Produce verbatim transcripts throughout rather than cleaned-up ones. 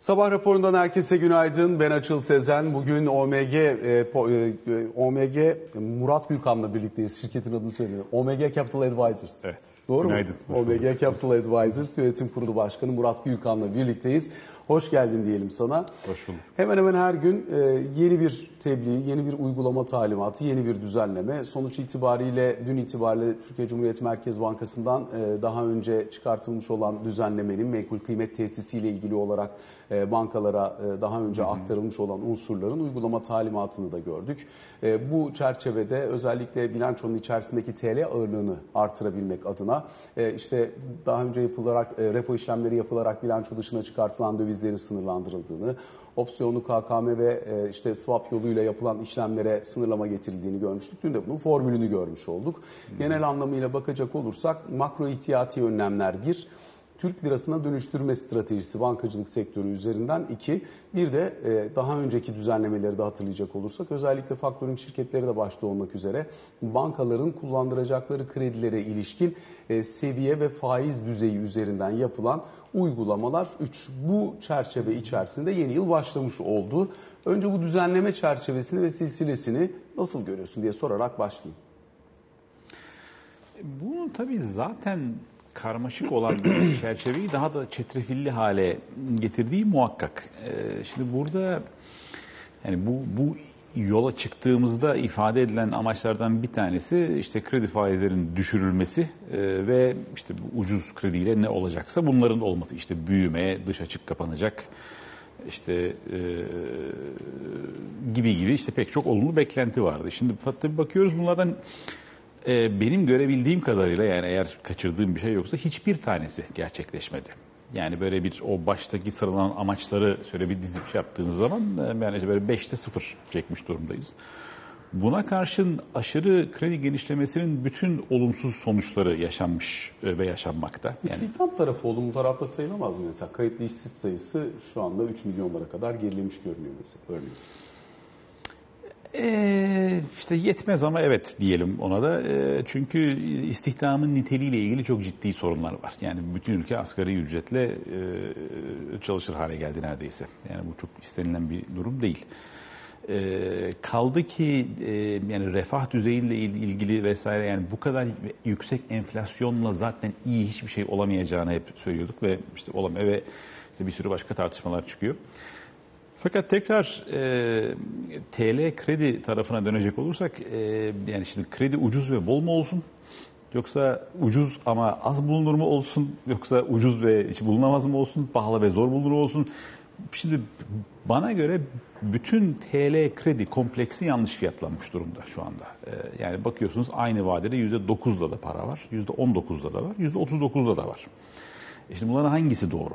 Sabah raporundan herkese günaydın. Ben Açıl Sezen. Bugün O M G e, O M G Murat Gülkan'la birlikteyiz. Şirketin adını söylüyorum. O M G Capital Advisors. Evet. Doğru günaydın. mu? O M G Capital Advisors Yönetim Kurulu Başkanı Murat Gülkan'la birlikteyiz. Hoş geldin diyelim sana. Hoş bulduk. Hemen hemen her gün yeni bir tebliğ, yeni bir uygulama talimatı, yeni bir düzenleme. Sonuç itibariyle dün itibariyle Türkiye Cumhuriyet Merkez Bankası'ndan daha önce çıkartılmış olan düzenlemenin menkul kıymet tesisiyle ilgili olarak bankalara daha önce aktarılmış olan unsurların uygulama talimatını da gördük. Bu çerçevede özellikle bilançonun içerisindeki T L ağırlığını artırabilmek adına işte daha önce yapılarak repo işlemleri yapılarak bilanço dışına çıkartılan dövizlerin sınırlandırıldığını, opsiyonlu K K M ve işte swap yoluyla yapılan işlemlere sınırlama getirildiğini görmüştük. Dün de bunun formülünü görmüş olduk. Genel anlamıyla bakacak olursak makro ihtiyati önlemler bir, Türk lirasına dönüştürme stratejisi bankacılık sektörü üzerinden iki, bir de daha önceki düzenlemeleri de hatırlayacak olursak özellikle faktörün şirketleri de başta olmak üzere bankaların kullandıracakları kredilere ilişkin seviye ve faiz düzeyi üzerinden yapılan uygulamalar üç. Bu çerçeve içerisinde yeni yıl başlamış oldu. Önce bu düzenleme çerçevesini ve silsilesini nasıl görüyorsun diye sorarak başlayayım. Bunu tabii zaten karmaşık olan bir çerçeveyi daha da çetrefilli hale getirdiği muhakkak. Ee, şimdi burada yani bu bu yola çıktığımızda ifade edilen amaçlardan bir tanesi işte kredi faizlerinin düşürülmesi e, ve işte bu ucuz krediyle ne olacaksa bunların olması, işte büyüme, dış açık kapanacak, işte e, gibi gibi işte pek çok olumlu beklenti vardı. Şimdi tabii bakıyoruz bunlardan. Benim görebildiğim kadarıyla, yani eğer kaçırdığım bir şey yoksa, hiçbir tanesi gerçekleşmedi. Yani böyle bir o baştaki sıralanan amaçları şöyle bir dizip şey yaptığınız zaman yani böyle beşte sıfır çekmiş durumdayız. Buna karşın aşırı kredi genişlemesinin bütün olumsuz sonuçları yaşanmış ve yaşanmakta. Yani İstihdam tarafı olumlu tarafta sayılamaz mı mesela? Kayıtlı işsiz sayısı şu anda üç milyonlara kadar gerilemiş görünüyor mesela örneğin. Ee, işte yetmez ama evet diyelim ona da. Ee, çünkü istihdamın niteliğiyle ilgili çok ciddi sorunlar var. Yani bütün ülke asgari ücretle e, çalışır hale geldi neredeyse. Yani bu çok istenilen bir durum değil. Ee, kaldı ki e, yani refah düzeyiyle ilgili vesaire, yani bu kadar yüksek enflasyonla zaten iyi hiçbir şey olamayacağını hep söylüyorduk ve işte olamıyor ve işte bir sürü başka tartışmalar çıkıyor. Fakat tekrar e, T L kredi tarafına dönecek olursak e, yani şimdi kredi ucuz ve bol mu olsun, yoksa ucuz ama az bulunur mu olsun, yoksa ucuz ve hiç bulunamaz mı olsun, pahalı ve zor bulunur mu olsun? Şimdi bana göre bütün T L kredi kompleksi yanlış fiyatlanmış durumda şu anda. E, yani bakıyorsunuz aynı vadede yüzde dokuzda da para var, yüzde on dokuzda da var, yüzde otuz dokuzda da var. E şimdi bunların hangisi doğru?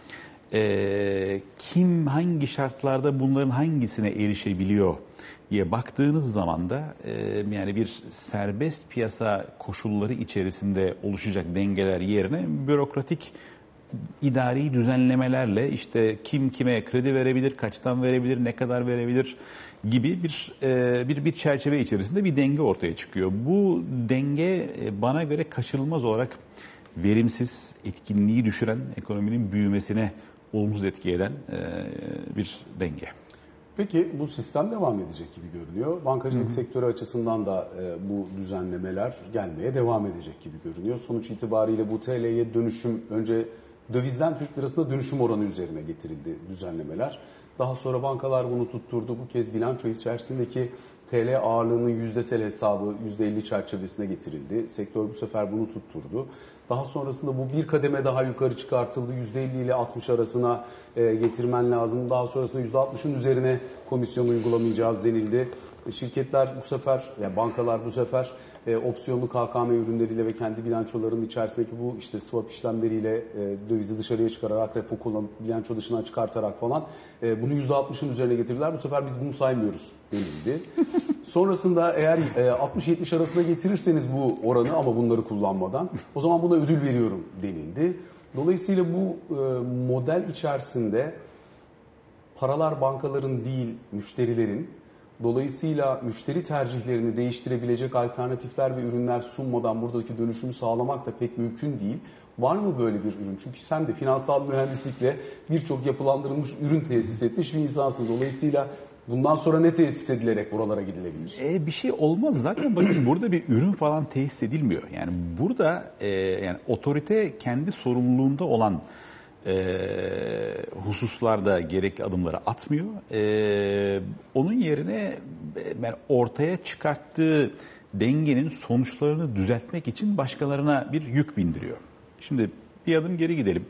Ee, kim hangi şartlarda bunların hangisine erişebiliyor diye baktığınız zaman da e, yani bir serbest piyasa koşulları içerisinde oluşacak dengeler yerine bürokratik idari düzenlemelerle işte kim kime kredi verebilir, kaçtan verebilir, ne kadar verebilir gibi bir e, bir bir çerçeve içerisinde bir denge ortaya çıkıyor. Bu denge e, bana göre kaçınılmaz olarak verimsiz, etkinliği düşüren, ekonominin büyümesine olumsuz etki eden e, bir denge. Peki bu sistem devam edecek gibi görünüyor. Bankacılık hı hı. sektörü açısından da e, bu düzenlemeler gelmeye devam edecek gibi görünüyor. Sonuç itibariyle bu T L'ye dönüşüm, önce dövizden Türk lirasına dönüşüm oranı üzerine getirildi düzenlemeler. Daha sonra bankalar bunu tutturdu. Bu kez bilanço içerisindeki T L ağırlığının yüzdesel hesabı yüzde elli çerçevesine getirildi. Sektör bu sefer bunu tutturdu. Daha sonrasında bu bir kademe daha yukarı çıkartıldı. yüzde elli ile altmış arasına e, getirmen lazım. Daha sonrasında yüzde altmışın üzerine komisyon uygulamayacağız denildi. E, şirketler bu sefer, yani bankalar bu sefer e, opsiyonlu K K M ürünleriyle ve kendi bilançolarının içerisindeki bu işte swap işlemleriyle e, dövizi dışarıya çıkararak, repo kullanıp bilanço dışına çıkartarak falan e, bunu yüzde altmışın üzerine getirdiler. Bu sefer biz bunu saymıyoruz denildi. Sonrasında eğer e, altmış yetmiş arasına getirirseniz bu oranı ama bunları kullanmadan o zaman buna ödül veriyorum denildi. Dolayısıyla bu e, model içerisinde paralar bankaların değil müşterilerin, Dolayısıyla müşteri tercihlerini değiştirebilecek alternatifler ve ürünler sunmadan buradaki dönüşümü sağlamak da pek mümkün değil. Var mı böyle bir ürün? Çünkü sen de finansal mühendislikle birçok yapılandırılmış ürün tesis etmiş bir insansın. Dolayısıyla bundan sonra ne tesis edilerek buralara gidilebilir? E, bir şey olmaz zaten. Bakın burada bir ürün falan tesis edilmiyor. Yani burada e, yani otorite kendi sorumluluğunda olan e, hususlarda gerekli adımları atmıyor. E, onun yerine yani ortaya çıkarttığı dengenin sonuçlarını düzeltmek için başkalarına bir yük bindiriyor. Şimdi bir adım geri gidelim.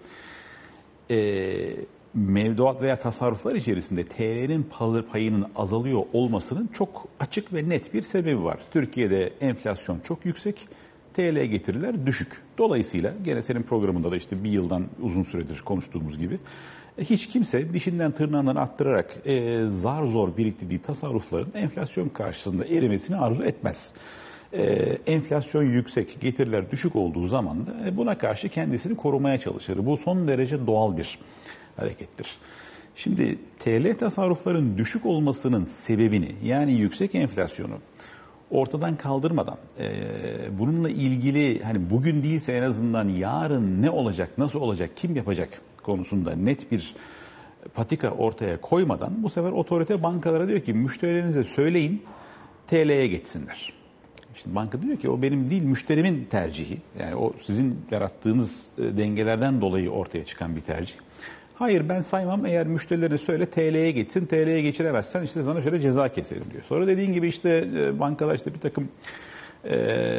E, mevduat veya tasarruflar içerisinde T L'nin payının azalıyor olmasının çok açık ve net bir sebebi var. Türkiye'de enflasyon çok yüksek, T L getiriler düşük. Dolayısıyla gene senin programında da işte bir yıldan uzun süredir konuştuğumuz gibi hiç kimse dişinden tırnağından attırarak e, zar zor biriktirdiği tasarrufların enflasyon karşısında erimesini arzu etmez. Ee, enflasyon yüksek, getiriler düşük olduğu zaman da buna karşı kendisini korumaya çalışır. Bu son derece doğal bir harekettir. Şimdi T L tasarrufların düşük olmasının sebebini, yani yüksek enflasyonu ortadan kaldırmadan e, bununla ilgili hani bugün değilse en azından yarın ne olacak, nasıl olacak, kim yapacak konusunda net bir patika ortaya koymadan bu sefer otorite bankalara diyor ki müşterilerinize söyleyin T L'ye geçsinler. Şimdi banka diyor ki o benim değil müşterimin tercihi. Yani o sizin yarattığınız dengelerden dolayı ortaya çıkan bir tercih. Hayır ben saymam, eğer müşterilerine söyle T L'ye geçsin, T L'ye geçiremezsen işte sana şöyle ceza keserim diyor. Sonra dediğin gibi işte bankalar işte bir takım e,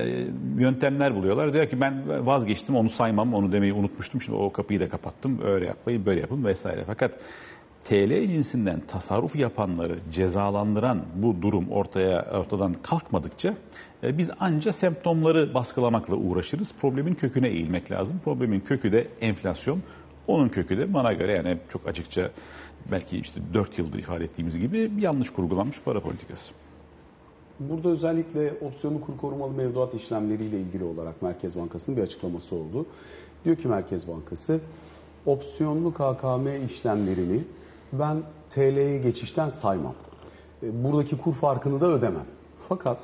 yöntemler buluyorlar. Diyor ki ben vazgeçtim, onu saymam, onu demeyi unutmuştum. Şimdi o kapıyı da kapattım, öyle yapmayın, böyle yapın vesaire. Fakat T L cinsinden tasarruf yapanları cezalandıran bu durum ortaya ortadan kalkmadıkça e, biz anca semptomları baskılamakla uğraşırız. Problemin köküne eğilmek lazım. Problemin kökü de enflasyon. Onun kökü de bana göre yani çok açıkça belki işte dört yıldır ifade ettiğimiz gibi yanlış kurgulanmış para politikası. Burada özellikle opsiyonlu kur korumalı mevduat işlemleriyle ilgili olarak Merkez Bankası'nın bir açıklaması oldu. Diyor ki Merkez Bankası, opsiyonlu K K M işlemlerini ben T L'ye geçişten saymam. Buradaki kur farkını da ödemem. Fakat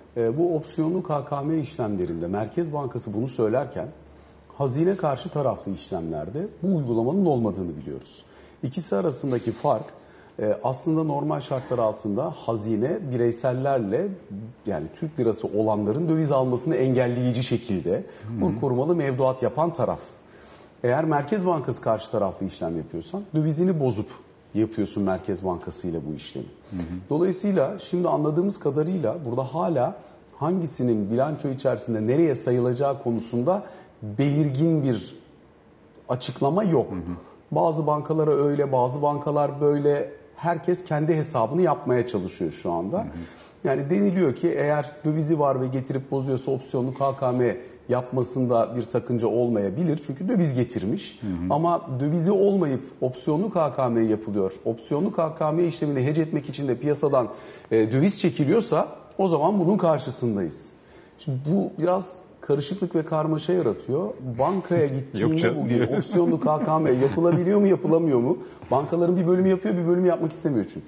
bu opsiyonlu K K M işlemlerinde Merkez Bankası bunu söylerken hazine karşı taraflı işlemlerde bu uygulamanın olmadığını biliyoruz. İkisi arasındaki fark aslında normal şartlar altında hazine bireysellerle yani Türk lirası olanların döviz almasını engelleyici şekilde kur korumalı mevduat yapan taraf. Eğer Merkez Bankası karşı taraflı işlem yapıyorsan dövizini bozup yapıyorsun Merkez Bankası ile bu işlemi. Hı hı. Dolayısıyla şimdi anladığımız kadarıyla burada hala hangisinin bilanço içerisinde nereye sayılacağı konusunda belirgin bir açıklama yok. Hı hı. Bazı bankalara öyle, bazı bankalar böyle. Herkes kendi hesabını yapmaya çalışıyor şu anda. Hı hı. Yani deniliyor ki eğer dövizi var ve getirip bozuyorsa opsiyonlu K K M yapmasında bir sakınca olmayabilir. Çünkü döviz getirmiş. Hı hı. Ama dövizi olmayıp opsiyonlu K K M yapılıyor. Opsiyonlu K K M işlemini hedge etmek için de piyasadan e, döviz çekiliyorsa o zaman bunun karşısındayız. Şimdi bu biraz karışıklık ve karmaşa yaratıyor. Bankaya gittiğinde bugün opsiyonlu K K M yapılabiliyor mu yapılamıyor mu? Bankaların bir bölümü yapıyor, bir bölümü yapmak istemiyor çünkü.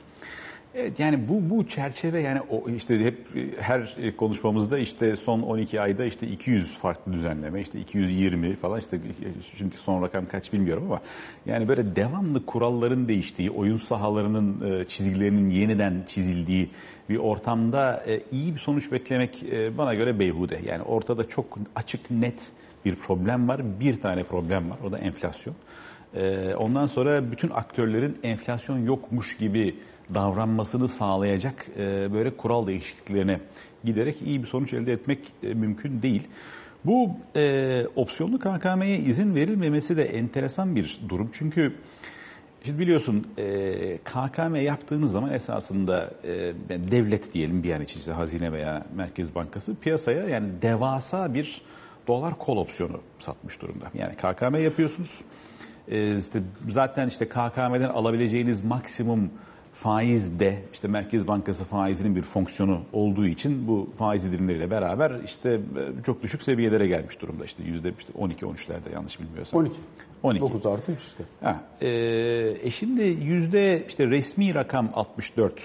Evet, yani bu bu çerçeve, yani o işte hep her konuşmamızda işte son on iki ayda işte iki yüz farklı düzenleme, işte iki yüz yirmi falan, işte şimdi son rakam kaç bilmiyorum ama yani böyle devamlı kuralların değiştiği, oyun sahalarının çizgilerinin yeniden çizildiği bir ortamda iyi bir sonuç beklemek bana göre beyhude. Yani ortada çok açık, net bir problem var. Bir tane problem var. O da enflasyon. Ondan sonra bütün aktörlerin enflasyon yokmuş gibi davranmasını sağlayacak böyle kural değişikliklerine giderek iyi bir sonuç elde etmek mümkün değil. Bu e, opsiyonlu K K M'ye izin verilmemesi de enteresan bir durum. Çünkü şimdi biliyorsun e, K K M yaptığınız zaman esasında e, devlet diyelim, bir yani işte Hazine veya Merkez Bankası piyasaya yani devasa bir dolar kol opsiyonu satmış durumda. Yani K K M yapıyorsunuz. E, işte zaten işte K K M'den alabileceğiniz maksimum faiz de işte Merkez Bankası faizinin bir fonksiyonu olduğu için bu faiz indirimleriyle beraber işte çok düşük seviyelere gelmiş durumda. İşte yüzde işte on iki on üçlerde yanlış bilmiyorsam. on iki. on iki. dokuz artı üç işte. Ha, e, e şimdi yüzde işte resmi rakam altmış dört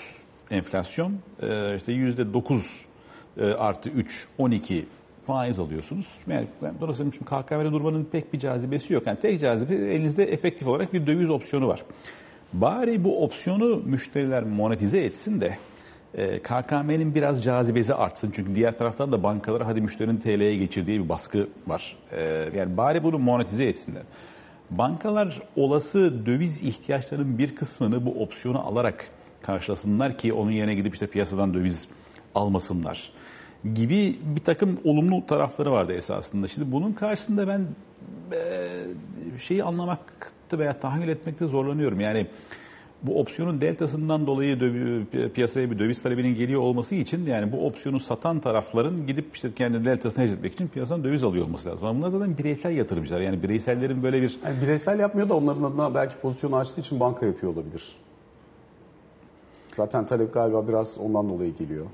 enflasyon, e, işte yüzde dokuz e, artı üç, on iki faiz alıyorsunuz. Yani dolayısıyla şimdi K K M'de durmanın pek bir cazibesi yok. Yani tek cazibe elinizde efektif olarak bir döviz opsiyonu var. Bari bu opsiyonu müşteriler monetize etsin de K K M'nin biraz cazibesi artsın. Çünkü diğer taraftan da bankalara hadi müşterinin T L'ye geçirdiği bir baskı var. Yani bari bunu monetize etsinler. Bankalar olası döviz ihtiyaçlarının bir kısmını bu opsiyonu alarak karşılasınlar ki onun yerine gidip işte piyasadan döviz almasınlar gibi bir takım olumlu tarafları vardı esasında. Şimdi bunun karşısında ben şeyi anlamakta veya tahayyül etmekte zorlanıyorum. Yani bu opsiyonun deltasından dolayı döv- piyasaya bir döviz talebinin geliyor olması için yani bu opsiyonu satan tarafların gidip işte kendi deltasını hedge etmek için piyasadan döviz alıyor olması lazım. Ama bunlar zaten bireysel yatırımcılar. Yani bireysellerin böyle bir... Yani bireysel yapmıyor da onların adına belki pozisyonu açtığı için banka yapıyor olabilir. Zaten talep galiba biraz ondan dolayı geliyor.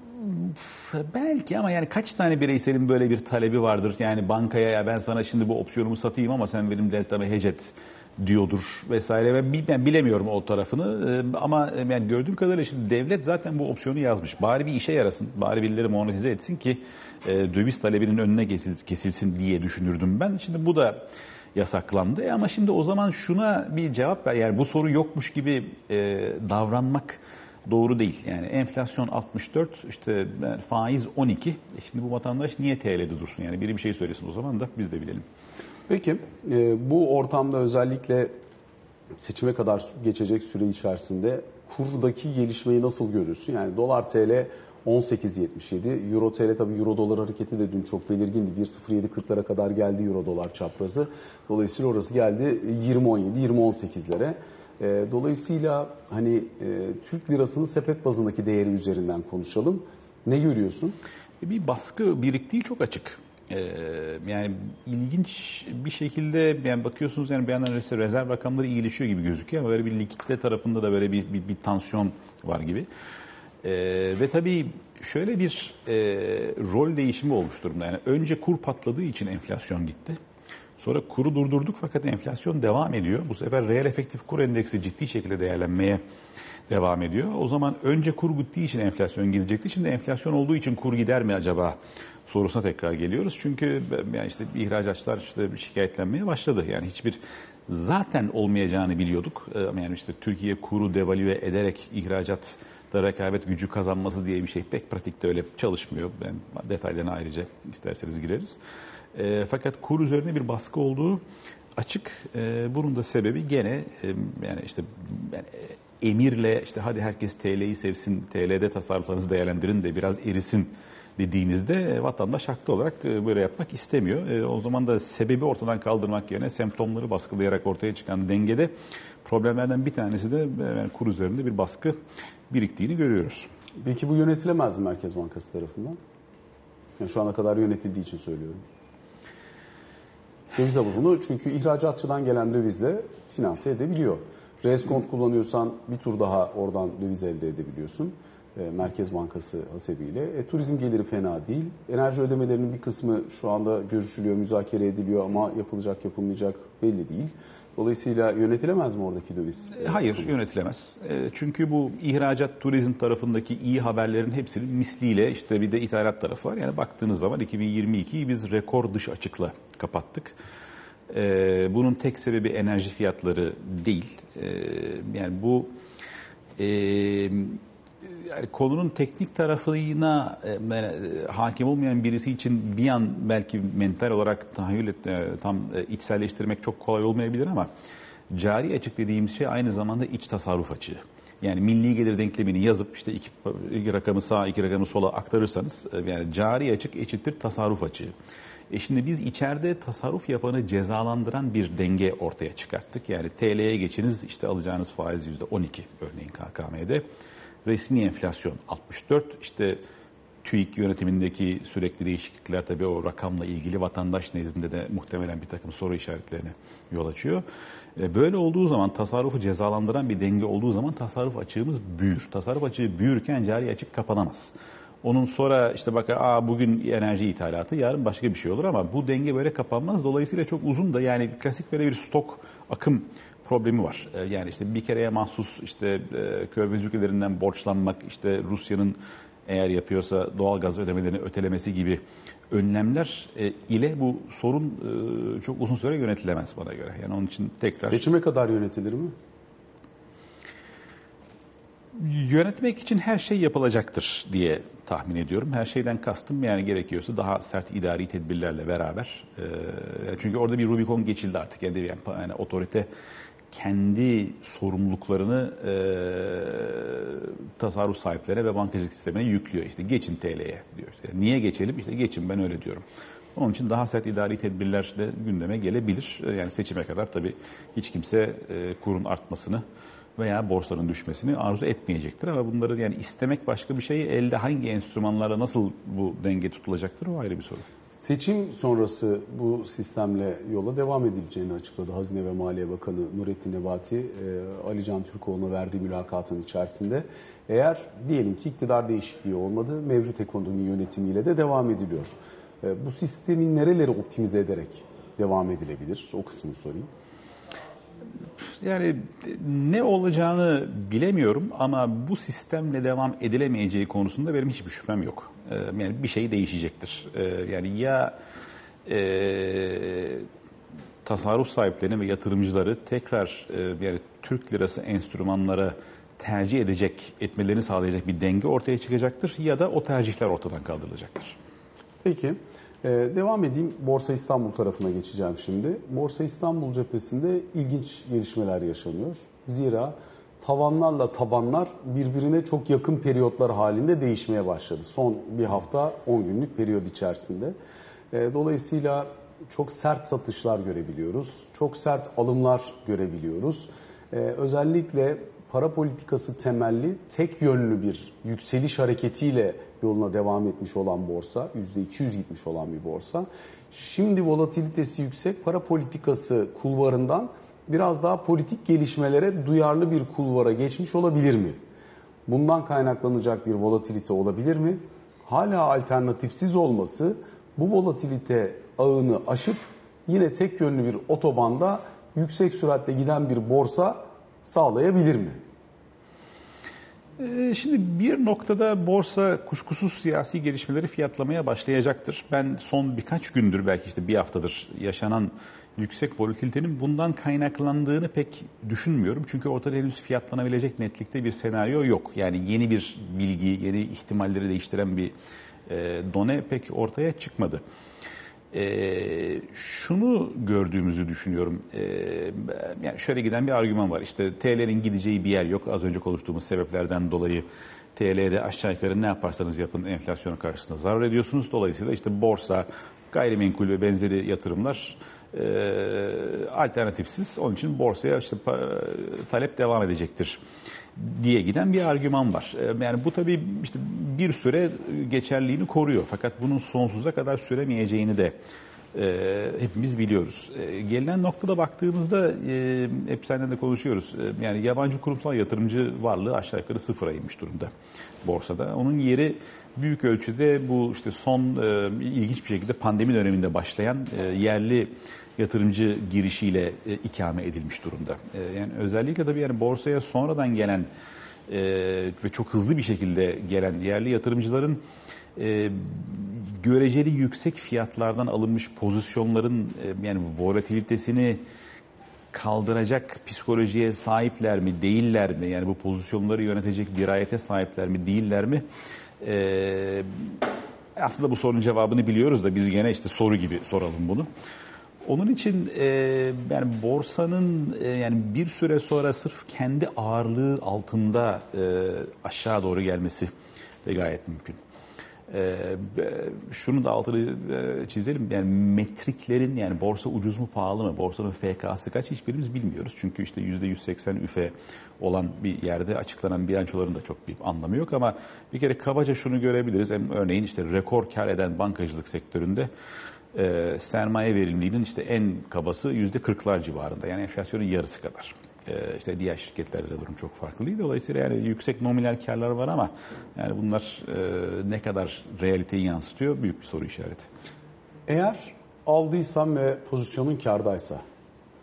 Belki ama yani kaç tane bireyselin böyle bir talebi vardır? Yani bankaya ya ben sana şimdi bu opsiyonumu satayım ama sen benim deltamı hedge et diyordur vesaire. Ben bilemiyorum o tarafını ama yani gördüğüm kadarıyla şimdi devlet zaten bu opsiyonu yazmış. Bari bir işe yarasın, bari birileri monetize etsin ki döviz talebinin önüne kesilsin diye düşünürdüm ben. Şimdi bu da yasaklandı e ama şimdi o zaman şuna bir cevap ver. Yani bu soru yokmuş gibi davranmak doğru değil. Yani enflasyon altmış dört, işte faiz on iki. E şimdi bu vatandaş niye T L'de dursun? Yani biri bir şey söylesin o zaman da biz de bilelim. Peki bu ortamda özellikle seçime kadar geçecek süre içerisinde kurdaki gelişmeyi nasıl görürsün? Yani dolar T L on sekiz yetmiş yedi, euro T L tabii euro dolar hareketi de dün çok belirgindi. bir nokta sıfır yedi kırklara kadar geldi euro dolar çaprazı. Dolayısıyla orası geldi yirmi on yedi, yirmi on sekizlere. Dolayısıyla hani Türk lirasının sepet bazındaki değeri üzerinden konuşalım. Ne görüyorsun? Bir baskı biriktiği çok açık. Yani ilginç bir şekilde yani bakıyorsunuz yani bir yandan rezerv rakamları iyileşiyor gibi gözüküyor ama böyle bir likidite tarafında da böyle bir, bir, bir tansiyon var gibi. Ee, ve tabii şöyle bir e, rol değişimi olmuş durumda. Yani önce kur patladığı için enflasyon gitti. Sonra kuru durdurduk fakat enflasyon devam ediyor. Bu sefer reel efektif kur endeksi ciddi şekilde değerlenmeye devam ediyor. O zaman önce kur gittiği için enflasyon gidecekti. Şimdi enflasyon olduğu için kur gider mi acaba sorusuna tekrar geliyoruz. Çünkü yani işte ihracatçılar işte şikayetlenmeye başladı. Yani hiçbir zaten olmayacağını biliyorduk. Yani işte Türkiye kuru devalüe ederek ihracat da rekabet gücü kazanması diye bir şey pek pratikte öyle çalışmıyor. Ben detaylarına ayrıca isterseniz gireriz. E, fakat kur üzerine bir baskı olduğu açık. E, bunun da sebebi gene e, yani işte yani, emirle işte hadi herkes T L'yi sevsin, T L'de tasarruflarınızı değerlendirin de biraz erisin dediğinizde vatandaş haklı olarak böyle yapmak istemiyor. E, o zaman da sebebi ortadan kaldırmak yerine semptomları baskılayarak ortaya çıkan dengede problemlerden bir tanesi de yani kur üzerinde bir baskı biriktiğini görüyoruz. Peki bu yönetilemez mi Merkez Bankası tarafından? Yani şu ana kadar yönetildiği için söylüyorum. Döviz havuzunu çünkü ihracatçıdan gelen dövizle finanse edebiliyor. Reskont kullanıyorsan bir tur daha oradan döviz elde edebiliyorsun. Merkez Bankası hasebiyle. E, turizm geliri fena değil. Enerji ödemelerinin bir kısmı şu anda görüşülüyor, müzakere ediliyor ama yapılacak yapılmayacak belli değil. Dolayısıyla yönetilemez mi oradaki döviz? Hayır, yönetilemez. Çünkü bu ihracat, turizm tarafındaki iyi haberlerin hepsinin misliyle işte bir de ithalat tarafı var. Yani baktığınız zaman iki bin yirmi ikiyi biz rekor dış açıkla kapattık. Bunun tek sebebi enerji fiyatları değil. Yani bu yani konunun teknik tarafına yani, hakim olmayan birisi için bir an belki mental olarak tahayyül et, tam içselleştirmek çok kolay olmayabilir ama cari açık dediğimiz şey aynı zamanda iç tasarruf açığı. Yani milli gelir denklemini yazıp işte iki, iki rakamı sağa iki rakamı sola aktarırsanız yani cari açık eşittir tasarruf açığı. E şimdi biz içeride tasarruf yapanı cezalandıran bir denge ortaya çıkarttık. Yani T L'ye geçiniz işte alacağınız faiz yüzde on iki örneğin K K M'de. Resmi enflasyon altmış dört, işte TÜİK yönetimindeki sürekli değişiklikler tabii o rakamla ilgili vatandaş nezdinde de muhtemelen bir takım soru işaretlerine yol açıyor. Böyle olduğu zaman tasarrufu cezalandıran bir denge olduğu zaman tasarruf açığımız büyür. Tasarruf açığı büyürken cari açık kapanamaz. Onun sonra işte bak aa bugün enerji ithalatı yarın başka bir şey olur ama bu denge böyle kapanmaz. Dolayısıyla çok uzun da yani klasik böyle bir stok akım problemi var. E, yani işte bir kereye mahsus işte e, Körfez ülkelerinden borçlanmak, işte Rusya'nın eğer yapıyorsa doğalgaz ödemelerini ötelemesi gibi önlemler e, ile bu sorun e, çok uzun süre yönetilemez bana göre. Yani onun için tekrar... Seçime kadar yönetilir mi? Yönetmek için her şey yapılacaktır diye tahmin ediyorum. Her şeyden kastım yani gerekiyorsa daha sert idari tedbirlerle beraber. E, çünkü orada bir Rubikon geçildi artık. Yani, yani, yani otorite kendi sorumluluklarını e, tasarruf sahiplerine ve bankacılık sistemine yüklüyor. İşte geçin T L'ye diyor. İşte niye geçelim? İşte geçin, ben öyle diyorum. Onun için daha sert idari tedbirler de gündeme gelebilir. Yani seçime kadar tabii hiç kimse e, kurun artmasını veya borsaların düşmesini arzu etmeyecektir. Ama bunları yani istemek başka bir şey. Elde hangi enstrümanlarla nasıl bu denge tutulacaktır o ayrı bir soru. Seçim sonrası bu sistemle yola devam edileceğini açıkladı Hazine ve Maliye Bakanı Nurettin Nebati, e, Ali Can Türkoğlu'na verdiği mülakatın içerisinde. Eğer diyelim ki iktidar değişikliği olmadı, mevcut ekonomi yönetimiyle de devam ediliyor. E, bu sistemin nereleri optimize ederek devam edilebilir? O kısmını sorayım. Yani ne olacağını bilemiyorum ama bu sistemle devam edilemeyeceği konusunda benim hiçbir şüphem yok. Ee, yani bir şey değişecektir. Ee, yani ya e, tasarruf sahiplerini ve yatırımcıları tekrar e, yani Türk lirası enstrümanlara tercih edecek, etmelerini sağlayacak bir denge ortaya çıkacaktır ya da o tercihler ortadan kaldırılacaktır. Peki. Ee, devam edeyim. Borsa İstanbul tarafına geçeceğim şimdi. Borsa İstanbul cephesinde ilginç gelişmeler yaşanıyor. Zira tavanlarla tabanlar birbirine çok yakın periyotlar halinde değişmeye başladı. Son bir hafta on günlük periyot içerisinde. Ee, dolayısıyla çok sert satışlar görebiliyoruz. Çok sert alımlar görebiliyoruz. Ee, özellikle para politikası temelli tek yönlü bir yükseliş hareketiyle yoluna devam etmiş olan borsa, yüzde iki yüz gitmiş olan bir borsa. Şimdi volatilitesi yüksek para politikası kulvarından biraz daha politik gelişmelere duyarlı bir kulvara geçmiş olabilir mi? Bundan kaynaklanacak bir volatilite olabilir mi? Hala alternatifsiz olması bu volatilite ağını aşıp yine tek yönlü bir otobanda yüksek süratle giden bir borsa sağlayabilir mi? Şimdi bir noktada borsa kuşkusuz siyasi gelişmeleri fiyatlamaya başlayacaktır. Ben son birkaç gündür, belki işte bir haftadır yaşanan yüksek volatilitenin bundan kaynaklandığını pek düşünmüyorum. Çünkü ortada henüz fiyatlanabilecek netlikte bir senaryo yok. Yani yeni bir bilgi, yeni ihtimalleri değiştiren bir e, done pek ortaya çıkmadı. Ee, şunu gördüğümüzü düşünüyorum. Ee, yani şöyle giden bir argüman var. İşte T L'nin gideceği bir yer yok. Az önce konuştuğumuz sebeplerden dolayı T L'de aşağı yukarı ne yaparsanız yapın enflasyona karşısında zarar ediyorsunuz. Dolayısıyla işte borsa, gayrimenkul ve benzeri yatırımlar e, alternatifsiz. Onun için borsaya işte talep devam edecektir diye giden bir argüman var. Yani bu tabii işte bir süre geçerliğini koruyor. Fakat bunun sonsuza kadar süremeyeceğini de e, hepimiz biliyoruz. E, gelinen noktada baktığımızda e, hep seninle de konuşuyoruz. E, yani yabancı kurumsal yatırımcı varlığı aşağı yukarı sıfıra inmiş durumda borsada. Onun yeri büyük ölçüde bu işte son e, ilginç bir şekilde pandemi döneminde başlayan e, yerli yatırımcı girişiyle e, ikame edilmiş durumda. E, yani özellikle tabii yani borsaya sonradan gelen e, ve çok hızlı bir şekilde gelen yerli yatırımcıların e, göreceli yüksek fiyatlardan alınmış pozisyonların e, yani volatilitesini kaldıracak psikolojiye sahipler mi, değiller mi? Yani bu pozisyonları yönetecek dirayete sahipler mi, değiller mi? E, aslında bu sorunun cevabını biliyoruz da biz gene işte soru gibi soralım bunu. Onun için e, yani borsanın e, yani bir süre sonra sırf kendi ağırlığı altında e, aşağı doğru gelmesi de gayet mümkün. E, şunu da altını e, çizelim. Yani metriklerin, yani borsa ucuz mu pahalı mı, borsanın F K'sı kaç hiçbirimiz bilmiyoruz. Çünkü işte yüzde yüz seksen üfe olan bir yerde açıklanan bilançoların da çok bir anlamı yok. Ama bir kere kabaca şunu görebiliriz. Hem örneğin işte rekor kar eden bankacılık sektöründe E, sermaye verimliliğinin işte en kabası yüzde kırklar civarında. Yani enflasyonun yarısı kadar. E, işte diğer şirketlerde de durum çok farklı değil. Dolayısıyla yani yüksek nominal karlar var ama yani bunlar e, ne kadar realiteyi yansıtıyor büyük bir soru işareti. Eğer aldıysam ve pozisyonun kârdaysa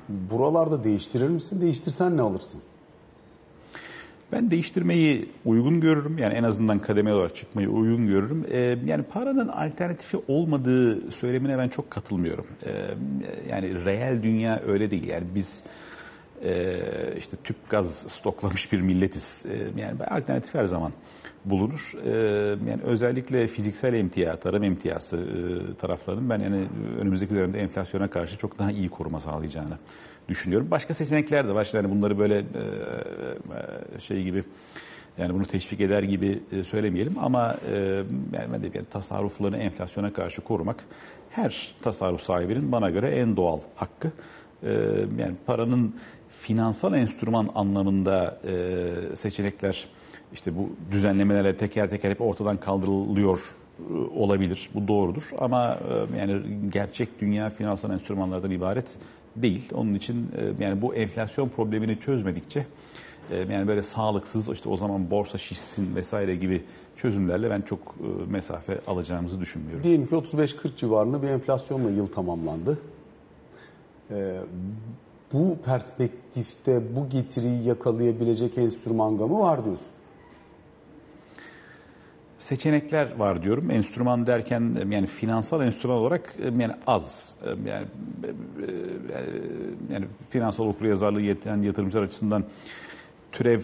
Buralarda değiştirir misin? Değiştirsen ne alırsın? Ben değiştirmeyi uygun görürüm. Yani en azından kademeli olarak çıkmayı uygun görürüm. Ee, yani paranın alternatifi olmadığı söylemine ben çok katılmıyorum. Ee, yani reel dünya öyle değil. Yani biz e, işte tüp gaz stoklamış bir milletiz. Ee, yani alternatif her zaman bulunur. Ee, yani özellikle fiziksel emtia, tarım emtiası e, taraflarının ben yani önümüzdeki dönemde enflasyona karşı çok daha iyi koruma sağlayacağını düşünüyorum. Başka seçenekler de var. Yani bunları böyle e, şey gibi, yani bunu teşvik eder gibi söylemeyelim ama e, yani ben de bir tasarruflarını enflasyona karşı korumak her tasarruf sahibinin bana göre en doğal hakkı. E, yani paranın finansal enstrüman anlamında e, seçenekler, işte bu düzenlemelerle teker teker hep ortadan kaldırılıyor olabilir. Bu doğrudur ama e, yani gerçek dünya finansal enstrümanlardan ibaret değil. Onun için yani bu enflasyon problemini çözmedikçe yani böyle sağlıksız, işte o zaman borsa şişsin vesaire gibi çözümlerle ben çok mesafe alacağımızı düşünmüyorum. Diyelim ki otuz beş kırk civarında bir enflasyonla yıl tamamlandı. Ee, bu perspektifte bu getiriyi yakalayabilecek enstrüman gamı var diyorsun. Seçenekler var diyorum. Enstrüman derken yani finansal enstrüman olarak yani az. Yani, yani finansal okuryazarlığı yeten yatırımcılar açısından türev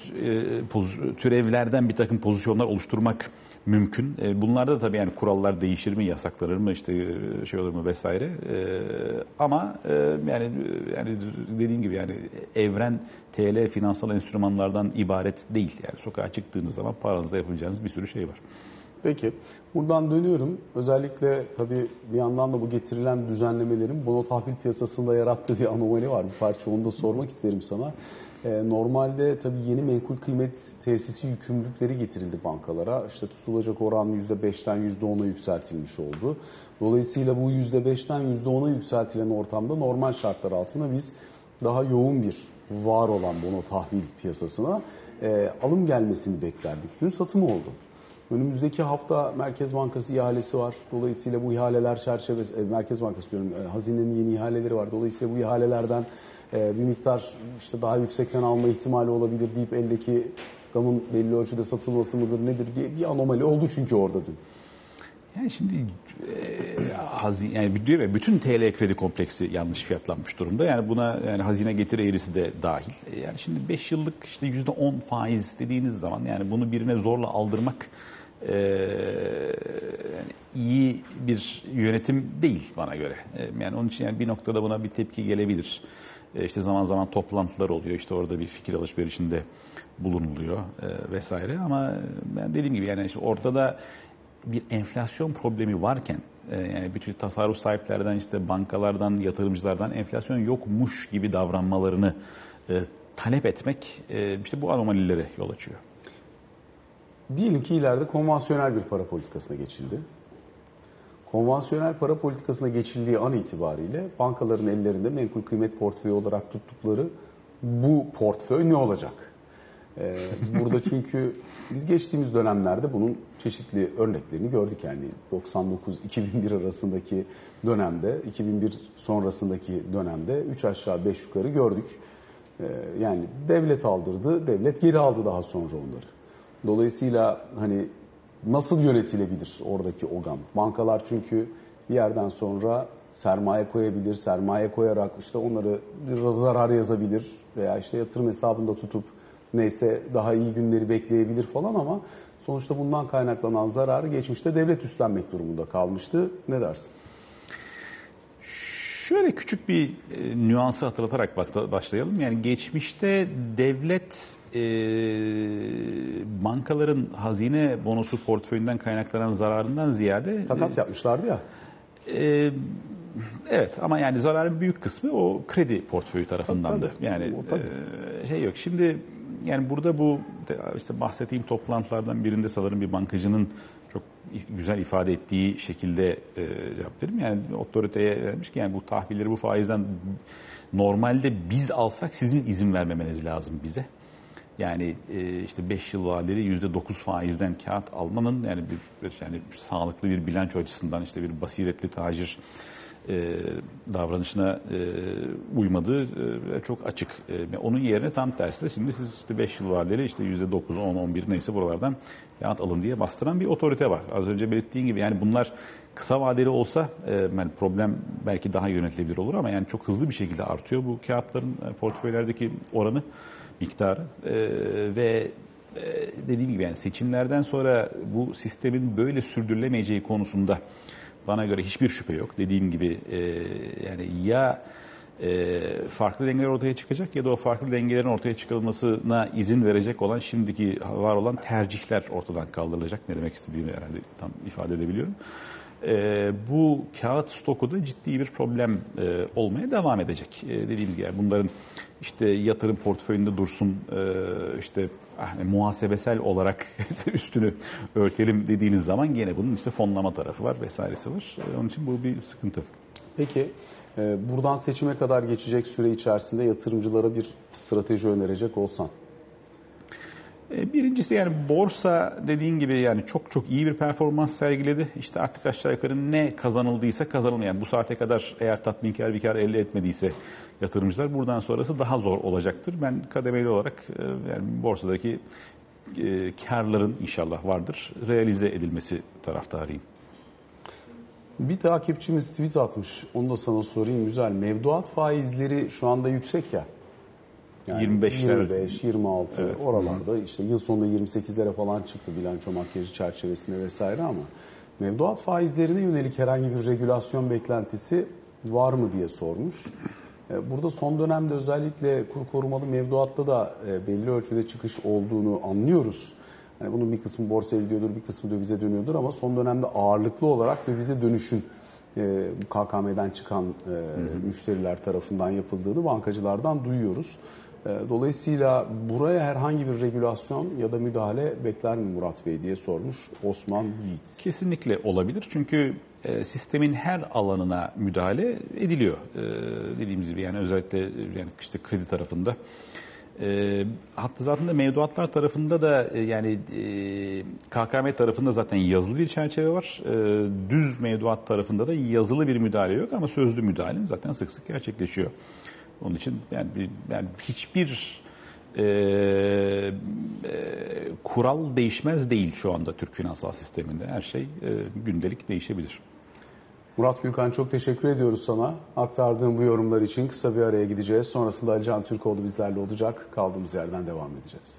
türevlerden bir takım pozisyonlar oluşturmak mümkün. Bunlarda da tabii yani kurallar değişir mi, yasaklanır mı, işte şey olur mu vesaire. Ama yani yani dediğim gibi yani evren T L finansal enstrümanlardan ibaret değil. Yani sokağa çıktığınız zaman paranızla yapacağınız bir sürü şey var. Peki. Buradan dönüyorum. Özellikle tabii bir yandan da bu getirilen düzenlemelerin bono tahvil piyasasında yarattığı bir anomali var. Bir parça onu da sormak isterim sana. Ee, normalde tabii yeni menkul kıymet tesisi yükümlülükleri getirildi bankalara. İşte tutulacak oran yüzde beşten yüzde ona yükseltilmiş oldu. Dolayısıyla bu yüzde beşten yüzde ona yükseltilen ortamda normal şartlar altında biz daha yoğun bir var olan bono tahvil piyasasına e, alım gelmesini beklerdik. Dün satım oldu. Önümüzdeki hafta Merkez Bankası ihalesi var. Dolayısıyla bu ihaleler çerçevesi, Merkez Bankası diyorum, hazinenin yeni ihaleleri var. Dolayısıyla bu ihalelerden bir miktar işte daha yüksekten alma ihtimali olabilir deyip eldeki gamın belli ölçüde satılması mıdır nedir bir, bir anomali oldu çünkü orada dün. Yani şimdi e, hazine, yani diyor ya, bütün T L kredi kompleksi yanlış fiyatlanmış durumda. Yani buna yani hazine getiri eğrisi de dahil. Yani şimdi beş yıllık işte yüzde on faiz dediğiniz zaman yani bunu birine zorla aldırmak e, yani iyi bir yönetim değil bana göre. E, yani onun için yani bir noktada buna bir tepki gelebilir. E, işte zaman zaman toplantılar oluyor. İşte orada bir fikir alışverişinde bulunuluyor e, vesaire. Ama ben dediğim gibi yani işte ortada bir enflasyon problemi varken yani bütün tasarruf sahiplerden, işte bankalardan, yatırımcılardan enflasyon yokmuş gibi davranmalarını e, talep etmek e, işte bu anomalilere yol açıyor. Diyelim ki ileride konvansiyonel bir para politikasına geçildi. Konvansiyonel para politikasına geçildiği an itibariyle bankaların ellerinde menkul kıymet portföyü olarak tuttukları bu portföy ne olacak? Ee, burada çünkü biz geçtiğimiz dönemlerde bunun çeşitli örneklerini gördük. Yani doksan dokuz iki bin bir arasındaki dönemde, iki bin bir sonrasındaki dönemde üç aşağı beş yukarı gördük. Ee, yani devlet aldırdı, devlet geri aldı daha sonra onları. Dolayısıyla hani nasıl yönetilebilir oradaki o gam? Bankalar çünkü bir yerden sonra sermaye koyabilir, sermaye koyarak işte onları bir zarar yazabilir veya işte yatırım hesabında tutup neyse daha iyi günleri bekleyebilir falan ama sonuçta bundan kaynaklanan zararı geçmişte devlet üstlenmek durumunda kalmıştı. Ne dersin? Şöyle küçük bir e, nüansı hatırlatarak başlayalım. Yani geçmişte devlet e, bankaların hazine bonosu portföyünden kaynaklanan zararından ziyade... Takas e, yapmışlardı ya. E, evet ama yani zararın büyük kısmı o kredi portföyü tarafındandı. Tabii, tabii. Yani e, şey yok. Şimdi yani burada bu işte bahsettiğim toplantılardan birinde sanırım bir bankacının çok güzel ifade ettiği şekilde e, cevap verdim. Yani otoriteye vermiş ki yani bu tahvilleri bu faizden normalde biz alsak sizin izin vermemeniz lazım bize. Yani e, işte beş yıl vadeli yüzde dokuz faizden kağıt almanın yani bir yani sağlıklı bir bilanço açısından işte bir basiretli tacir e, davranışına e, uymadığı e, çok açık. E, onun yerine tam tersi de şimdi siz işte beş yıl vadeli işte yüzde dokuz, on, on bir neyse buralardan kağıt alın diye bastıran bir otorite var. Az önce belirttiğim gibi yani bunlar kısa vadeli olsa e, yani problem belki daha yönetilebilir olur ama yani çok hızlı bir şekilde artıyor bu kağıtların e, portföylerdeki oranı, miktarı e, ve e, dediğim gibi yani seçimlerden sonra bu sistemin böyle sürdürülemeyeceği konusunda bana göre hiçbir şüphe yok. Dediğim gibi e, yani ya e, farklı dengeler ortaya çıkacak ya da o farklı dengelerin ortaya çıkarılmasına izin verecek olan şimdiki var olan tercihler ortadan kaldırılacak. Ne demek istediğimi herhalde tam ifade edebiliyorum. E, bu kağıt stoku da ciddi bir problem e, olmaya devam edecek. E, dediğimiz gibi yani bunların işte yatırım portföyünde dursun, e, işte ah, muhasebesel olarak üstünü örtelim dediğiniz zaman gene bunun işte fonlama tarafı var vesairesi var. E, onun için bu bir sıkıntı. Peki e, buradan seçime kadar geçecek süre içerisinde yatırımcılara bir strateji önerecek olsan? Birincisi yani borsa dediğin gibi yani çok çok iyi bir performans sergiledi. İşte artık aşağı yukarı ne kazanıldıysa kazanılmayan. Yani bu saate kadar eğer tatminkar bir kar elde etmediyse yatırımcılar buradan sonrası daha zor olacaktır. Ben kademeli olarak yani borsadaki karların inşallah vardır realize edilmesi taraftarıyım. Bir takipçimiz tweet atmış. Onu da sana sorayım. Güzel. Mevduat faizleri şu anda yüksek ya. Yani yirmi beşler. yirmi beş, yirmi altı Evet. oralarda. Hı hı. İşte yıl sonunda yirmi sekizlere falan çıktı bilanço makyajı çerçevesinde vesaire ama mevduat faizlerine yönelik herhangi bir regülasyon beklentisi var mı diye sormuş. Burada son dönemde özellikle kur korumalı mevduatta da belli ölçüde çıkış olduğunu anlıyoruz. Yani bunun bir kısmı borsaya gidiyordur, bir kısmı dövize dönüyordur ama son dönemde ağırlıklı olarak dövize dönüşün K K M'den çıkan hı hı. müşteriler tarafından yapıldığını bankacılardan duyuyoruz. Dolayısıyla buraya herhangi bir regülasyon ya da müdahale bekler mi Murat Bey diye sormuş Osman Yiğit. Kesinlikle olabilir çünkü sistemin her alanına müdahale ediliyor. Dediğimiz gibi yani özellikle yani işte kredi tarafında. Hatta zaten de mevduatlar tarafında da yani K K M tarafında zaten yazılı bir çerçeve var. Düz mevduat tarafında da yazılı bir müdahale yok ama sözlü müdahale zaten sık sık gerçekleşiyor. Onun için yani, yani hiçbir e, e, kural değişmez değil şu anda Türk finansal sisteminde. Her şey e, gündelik değişebilir. Murat Gülkan çok teşekkür ediyoruz sana. Aktardığın bu yorumlar için kısa bir araya gideceğiz. Sonrasında Ali Can Türkoğlu bizlerle olacak. Kaldığımız yerden devam edeceğiz.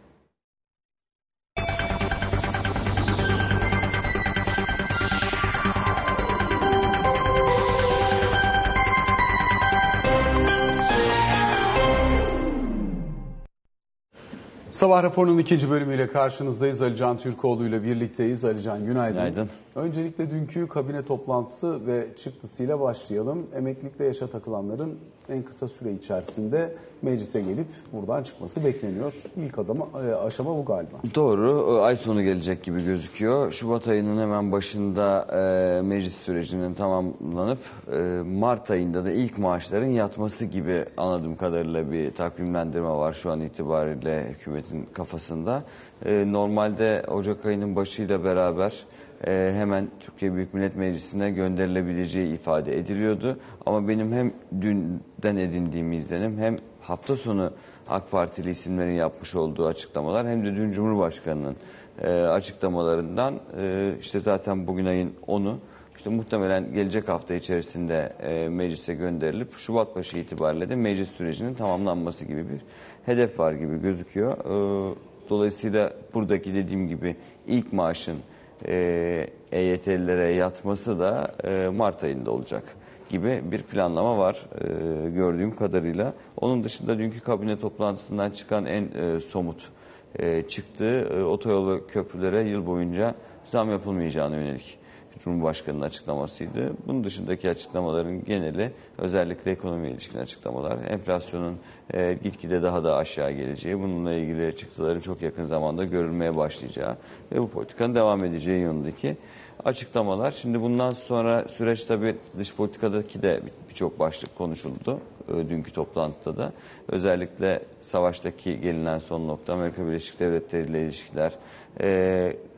Sabah raporunun ikinci bölümüyle karşınızdayız. Ali Can Türkoğlu ile birlikteyiz. Ali Can günaydın. Günaydın. Öncelikle dünkü kabine toplantısı ve çıktısıyla başlayalım. Emeklilikte yaşa takılanların en kısa süre içerisinde meclise gelip buradan çıkması bekleniyor. İlk adım aşama bu galiba. Doğru. Ay sonu gelecek gibi gözüküyor. Şubat ayının hemen başında e, meclis sürecinin tamamlanıp e, Mart ayında da ilk maaşların yatması gibi anladığım kadarıyla bir takvimlendirme var şu an itibariyle hükümetin kafasında. E, normalde Ocak ayının başıyla beraber e, hemen Türkiye Büyük Millet Meclisi'ne gönderilebileceği ifade ediliyordu. Ama benim hem dünden edindiğim izlenim hem hafta sonu AK Partili isimlerin yapmış olduğu açıklamalar hem de dün Cumhurbaşkanı'nın e, açıklamalarından e, işte zaten bugün ayın onu işte muhtemelen gelecek hafta içerisinde e, meclise gönderilip Şubat başı itibariyle de meclis sürecinin tamamlanması gibi bir hedef var gibi gözüküyor. E, dolayısıyla buradaki dediğim gibi ilk maaşın e, E Y T'lilere yatması da e, Mart ayında olacak gibi bir planlama var e, gördüğüm kadarıyla. Onun dışında dünkü kabine toplantısından çıkan en e, somut e, çıktığı e, otoyol ve köprülere yıl boyunca zam yapılmayacağına yönelik Cumhurbaşkanı'nın açıklamasıydı. Bunun dışındaki açıklamaların geneli özellikle ekonomiye ilişkin açıklamalar. Enflasyonun e, gitgide daha da aşağı geleceği, bununla ilgili çıktıların çok yakın zamanda görülmeye başlayacağı ve bu politikanın devam edeceği yönündeki açıklamalar. Şimdi bundan sonra süreç tabii dış politikadaki de birçok başlık konuşuldu e, dünkü toplantıda da. Özellikle savaştaki gelinen son nokta, Amerika Birleşik Devletleri ile ilişkiler, e,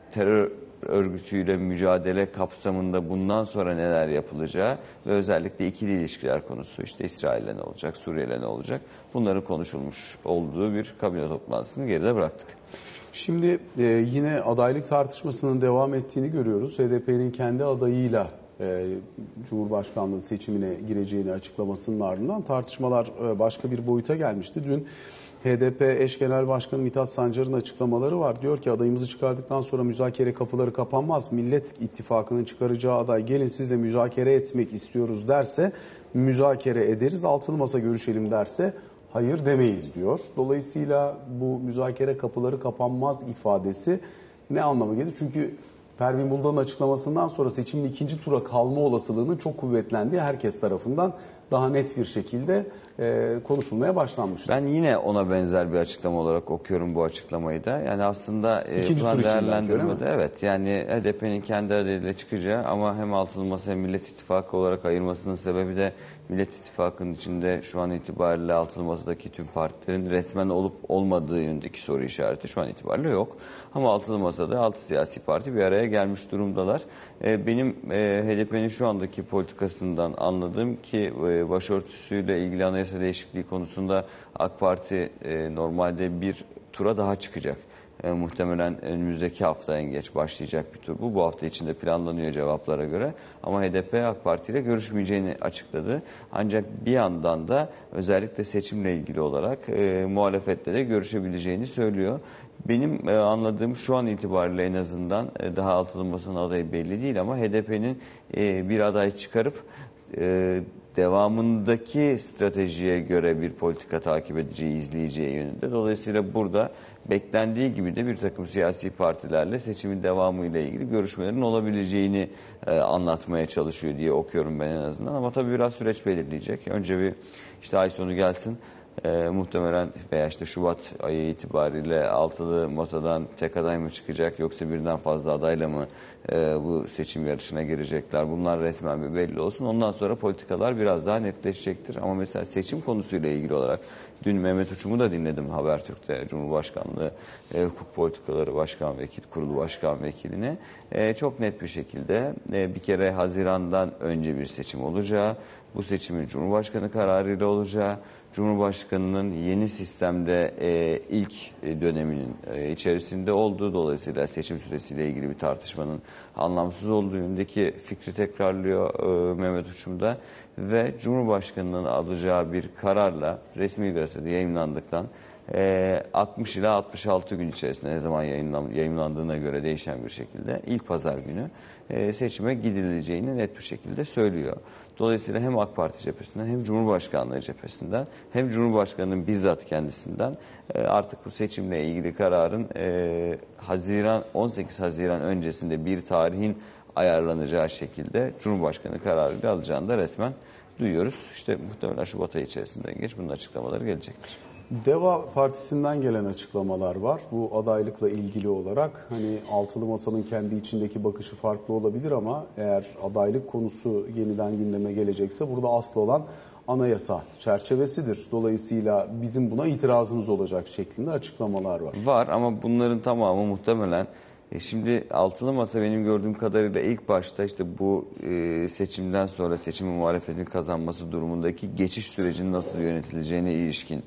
terör örgütüyle mücadele kapsamında bundan sonra neler yapılacağı ve özellikle ikili ilişkiler konusu, işte İsrail'le ne olacak, Suriye'yle ne olacak, bunların konuşulmuş olduğu bir kabine toplantısını geride bıraktık. Şimdi e, yine adaylık tartışmasının devam ettiğini görüyoruz. H D P'nin kendi adayıyla e, Cumhurbaşkanlığı seçimine gireceğini açıklamasının ardından tartışmalar e, başka bir boyuta gelmişti. Dün H D P eş genel başkanı Mithat Sancar'ın açıklamaları var. Diyor ki adayımızı çıkardıktan sonra müzakere kapıları kapanmaz. Millet İttifakı'nın çıkaracağı aday gelin sizle müzakere etmek istiyoruz derse müzakere ederiz. Altılı masa görüşelim derse hayır demeyiz diyor. Dolayısıyla bu müzakere kapıları kapanmaz ifadesi ne anlama gelir? Çünkü Pervin Buldan'ın açıklamasından sonra seçimin ikinci tura kalma olasılığının çok kuvvetlendiği herkes tarafından daha net bir şekilde e, konuşulmaya başlanmıştı. Ben yine ona benzer bir açıklama olarak okuyorum bu açıklamayı da. Yani aslında e, İkinci plan tur için değerlendirmede evet yani H D P'nin kendi adayıyla çıkacağı ama hem altılı masa hem Millet İttifakı olarak ayırmasının sebebi de Millet İttifakı'nın içinde şu an itibariyle altılı masadaki tüm partilerin resmen olup olmadığı yönündeki soru işareti şu an itibariyle yok. Ama altılı masada altı siyasi parti bir araya gelmiş durumdalar. E, benim e, H D P'nin şu andaki politikasından anladığım ki e, başörtüsüyle ilgili anayasa değişikliği konusunda AK Parti e, normalde bir tura daha çıkacak. E, muhtemelen önümüzdeki hafta en geç başlayacak bir tur bu. Bu hafta içinde planlanıyor cevaplara göre. Ama H D P AK Parti ile görüşmeyeceğini açıkladı. Ancak bir yandan da özellikle seçimle ilgili olarak e, muhalefetle de görüşebileceğini söylüyor. Benim e, anladığım şu an itibariyle en azından e, daha altılı masanın adayı belli değil ama H D P'nin e, bir aday çıkarıp e, devamındaki stratejiye göre bir politika takip edeceği, izleyeceği yönünde. Dolayısıyla burada beklendiği gibi de bir takım siyasi partilerle seçimin devamı ile ilgili görüşmelerin olabileceğini e, anlatmaya çalışıyor diye okuyorum ben en azından. Ama tabii biraz süreç belirleyecek. Önce bir işte ay sonu gelsin. E, muhtemelen veya işte Şubat ayı itibariyle altılı masadan tek aday mı çıkacak yoksa birden fazla adayla mı e, bu seçim yarışına girecekler? Bunlar resmen bir belli olsun. Ondan sonra politikalar biraz daha netleşecektir. Ama mesela seçim konusuyla ilgili olarak dün Mehmet Uçum'u da dinledim Habertürk'te, Cumhurbaşkanlığı e, Hukuk Politikaları Başkan Vekili, Kurulu Başkan Vekiline. E, çok net bir şekilde e, bir kere Haziran'dan önce bir seçim olacağı, bu seçimin Cumhurbaşkanı kararıyla olacağı, Cumhurbaşkanı'nın yeni sistemde e, ilk döneminin e, içerisinde olduğu, dolayısıyla seçim süresiyle ilgili bir tartışmanın anlamsız olduğu yönündeki fikri tekrarlıyor e, Mehmet Uçum'da ve Cumhurbaşkanı'nın alacağı bir kararla resmi gazetede yayınlandıktan e, altmış ila altmış altı gün içerisinde, ne zaman yayınlan, yayınlandığına göre değişen bir şekilde ilk pazar günü e, seçime gidileceğini net bir şekilde söylüyor. Dolayısıyla hem AK Parti cephesinden hem Cumhurbaşkanlığı cephesinden hem Cumhurbaşkanı'nın bizzat kendisinden e, artık bu seçimle ilgili kararın e, Haziran on sekiz Haziran öncesinde bir tarihin ayarlanacağı şekilde Cumhurbaşkanı kararıyla alacağını da resmen duyuyoruz. İşte muhtemelen Şubat ayı içerisinde geç bunun açıklamaları gelecektir. Deva Partisi'nden gelen açıklamalar var. Bu adaylıkla ilgili olarak hani altılı masanın kendi içindeki bakışı farklı olabilir ama eğer adaylık konusu yeniden gündeme gelecekse burada asıl olan anayasa çerçevesidir. Dolayısıyla bizim buna itirazımız olacak şeklinde açıklamalar var. Var ama bunların tamamı muhtemelen E şimdi altılı masa benim gördüğüm kadarıyla ilk başta işte bu e, seçimden sonra seçimin muhalefetin kazanması durumundaki geçiş sürecinin nasıl yönetileceğine ilişkin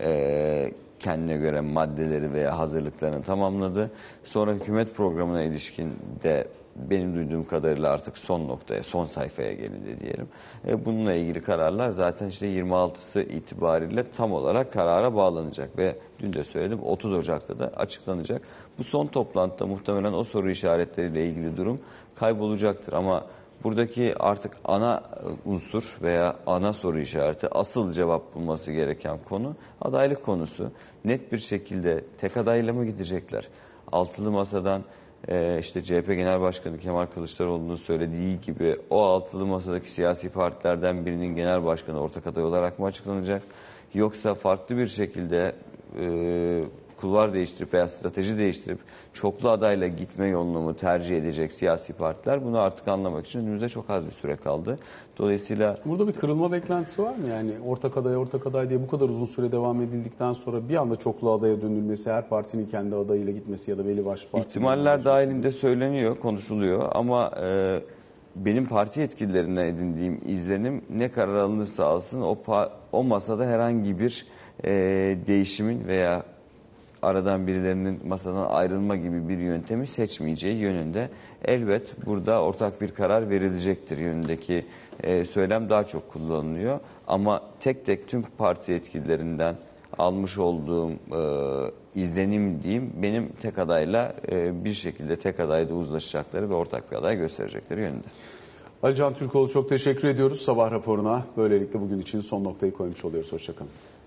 e, kendine göre maddeleri veya hazırlıklarını tamamladı. Sonra hükümet programına ilişkin de benim duyduğum kadarıyla artık son noktaya, son sayfaya gelindi diyelim. E, bununla ilgili kararlar zaten işte yirmi altısı itibariyle tam olarak karara bağlanacak ve dün de söyledim otuz Ocak'ta da açıklanacak. Bu son toplantıda muhtemelen o soru işaretleriyle ilgili durum kaybolacaktır ama buradaki artık ana unsur veya ana soru işareti, asıl cevap bulması gereken konu adaylık konusu. Net bir şekilde tek adayla mı gidecekler? Altılı masadan Ee, işte C H P Genel Başkanı Kemal Kılıçdaroğlu'nun söylediği gibi o altılı masadaki siyasi partilerden birinin genel başkanı ortak aday olarak mı açıklanacak? Yoksa farklı bir şekilde e, kulvar değiştirip veya strateji değiştirip çoklu adayla gitme yolunu mu tercih edecek siyasi partiler? Bunu artık anlamak için önümüzde çok az bir süre kaldı. Dolayısıyla burada bir kırılma beklentisi var mı? Yani ortak aday ortak aday diye bu kadar uzun süre devam edildikten sonra bir anda çoklu adaya dönülmesi, her partinin kendi adayıyla gitmesi ya da belli başlı partinin ihtimaller dahilinde söyleniyor, konuşuluyor ama e, benim parti yetkililerinden edindiğim izlenim ne karar alınırsa alsın o o masada herhangi bir e, değişimin veya aradan birilerinin masadan ayrılma gibi bir yöntemi seçmeyeceği yönünde. Elbet burada ortak bir karar verilecektir yönündeki e, söylem daha çok kullanılıyor. Ama tek tek tüm parti yetkililerinden almış olduğum e, izlenim diyeyim benim tek adayla e, bir şekilde tek adayda uzlaşacakları ve ortak bir aday gösterecekleri yönünde. Ali Can Türkoğlu çok teşekkür ediyoruz sabah raporuna. Böylelikle bugün için son noktayı koymuş oluyoruz. Hoşçakalın.